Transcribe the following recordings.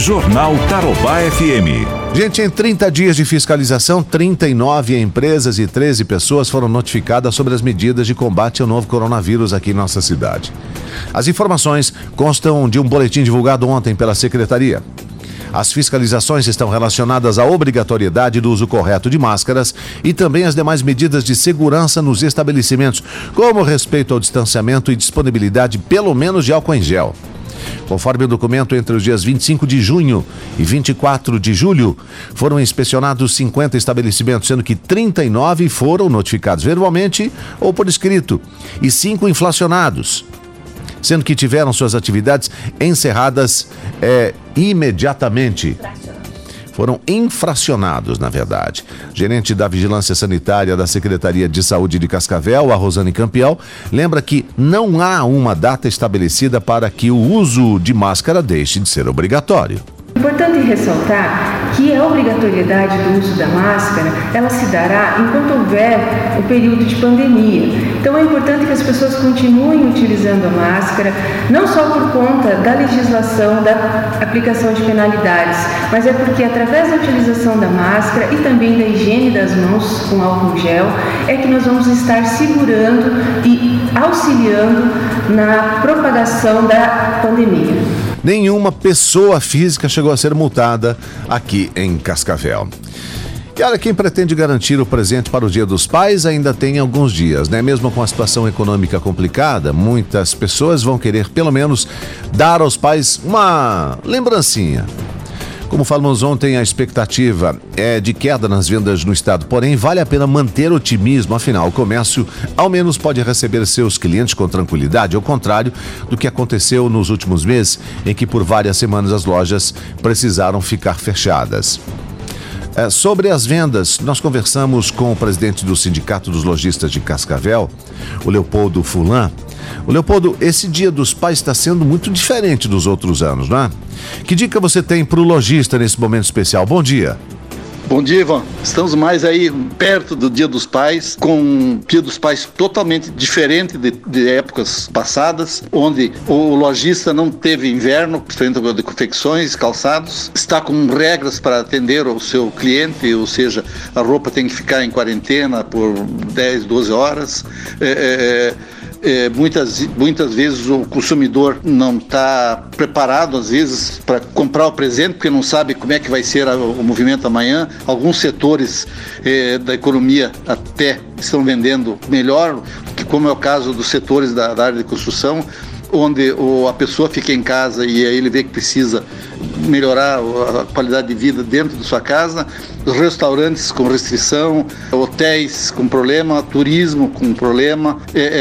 Jornal Tarobá FM. Gente, em 30 dias de fiscalização, 39 empresas e 13 pessoas foram notificadas sobre as medidas de combate ao novo coronavírus aqui em nossa cidade. As informações constam de um boletim divulgado ontem pela Secretaria. As fiscalizações estão relacionadas à obrigatoriedade do uso correto de máscaras e também as demais medidas de segurança nos estabelecimentos, como respeito ao distanciamento e disponibilidade pelo menos de álcool em gel. Conforme o documento, entre os dias 25 de junho e 24 de julho, foram inspecionados 50 estabelecimentos, sendo que 39 foram notificados verbalmente ou por escrito e 5 inflacionados, sendo que tiveram suas atividades encerradas imediatamente. Foram infracionados, na verdade. Gerente da Vigilância Sanitária da Secretaria de Saúde de Cascavel, a Rosane Campiel, lembra que não há uma data estabelecida para que o uso de máscara deixe de ser obrigatório. Importante ressaltar que a obrigatoriedade do uso da máscara, ela se dará enquanto houver o período de pandemia. Então é importante que as pessoas continuem utilizando a máscara, não só por conta da legislação da aplicação de penalidades, mas é porque através da utilização da máscara e também da higiene das mãos com álcool gel, é que nós vamos estar segurando e auxiliando na propagação da pandemia. Nenhuma pessoa física chegou a ser multada aqui em Cascavel. E olha, quem pretende garantir o presente para o Dia dos Pais ainda tem alguns dias, né? Mesmo com a situação econômica complicada, muitas pessoas vão querer pelo menos dar aos pais uma lembrancinha. Como falamos ontem, a expectativa é de queda nas vendas no estado, porém vale a pena manter otimismo, afinal o comércio ao menos pode receber seus clientes com tranquilidade, ao contrário do que aconteceu nos últimos meses, em que por várias semanas as lojas precisaram ficar fechadas. Sobre as vendas, nós conversamos com o presidente do Sindicato dos Lojistas de Cascavel, o Leopoldo Fulan. O Leopoldo, esse Dia dos Pais está sendo muito diferente dos outros anos, não é? Que dica você tem para o lojista nesse momento especial? Bom dia. Bom dia, Ivan. Estamos mais aí perto do Dia dos Pais, com um Dia dos Pais totalmente diferente de épocas passadas, onde o lojista não teve inverno, principalmente de confecções, calçados, está com regras para atender o seu cliente, ou seja, a roupa tem que ficar em quarentena por 10, 12 horas. Muitas vezes o consumidor não está preparado, às vezes, para comprar o presente, porque não sabe como é que vai ser o movimento amanhã. Alguns setores da economia até estão vendendo melhor, como é o caso dos setores da área de construção, onde a pessoa fica em casa e aí ele vê que precisa melhorar a qualidade de vida dentro de sua casa, restaurantes com restrição, hotéis com problema, turismo com problema,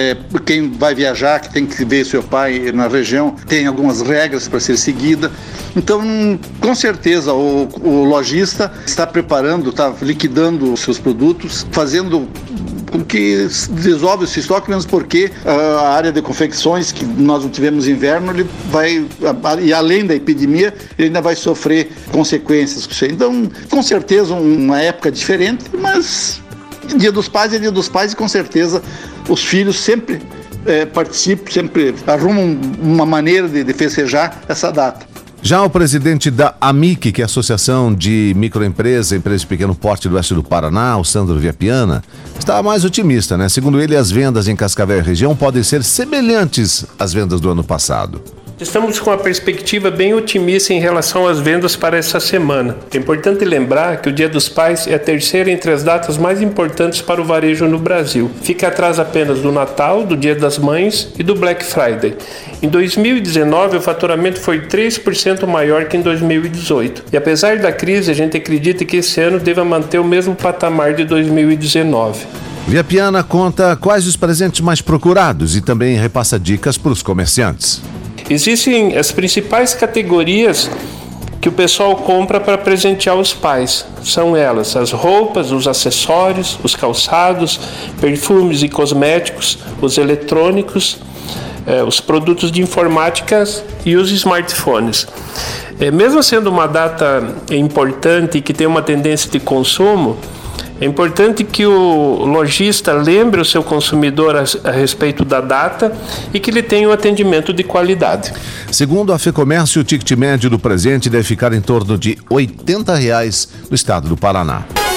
quem vai viajar, que tem que ver seu pai na região, tem algumas regras para ser seguida. Então, com certeza, o lojista está preparando, está liquidando os seus produtos, fazendo com que desolve esse estoque, mesmo porque a área de confecções, que nós não tivemos inverno, ele vai, e além da epidemia, ele ainda vai sofrer consequências com isso aí. Então, com certeza, uma época diferente, mas Dia dos Pais é Dia dos Pais e com certeza os filhos sempre participam, sempre arrumam uma maneira de festejar essa data. Já o presidente da AMIC, que é a Associação de Microempresas, Empresas de Pequeno Porte do Oeste do Paraná, o Sandro Viapiana, está mais otimista, né? Segundo ele, as vendas em Cascavel e região podem ser semelhantes às vendas do ano passado. Estamos com uma perspectiva bem otimista em relação às vendas para essa semana. É importante lembrar que o Dia dos Pais é a terceira entre as datas mais importantes para o varejo no Brasil. Fica atrás apenas do Natal, do Dia das Mães e do Black Friday. Em 2019, o faturamento foi 3% maior que em 2018. E apesar da crise, a gente acredita que esse ano deva manter o mesmo patamar de 2019. Viapiana conta quais os presentes mais procurados e também repassa dicas para os comerciantes. Existem as principais categorias que o pessoal compra para presentear os pais. São elas as roupas, os acessórios, os calçados, perfumes e cosméticos, os eletrônicos, os produtos de informática e os smartphones. Mesmo sendo uma data importante e que tem uma tendência de consumo, É importante que o lojista lembre o seu consumidor a respeito da data e que ele tenha um atendimento de qualidade. Segundo a FEComércio, o ticket médio do presente deve ficar em torno de R$ 80 no estado do Paraná.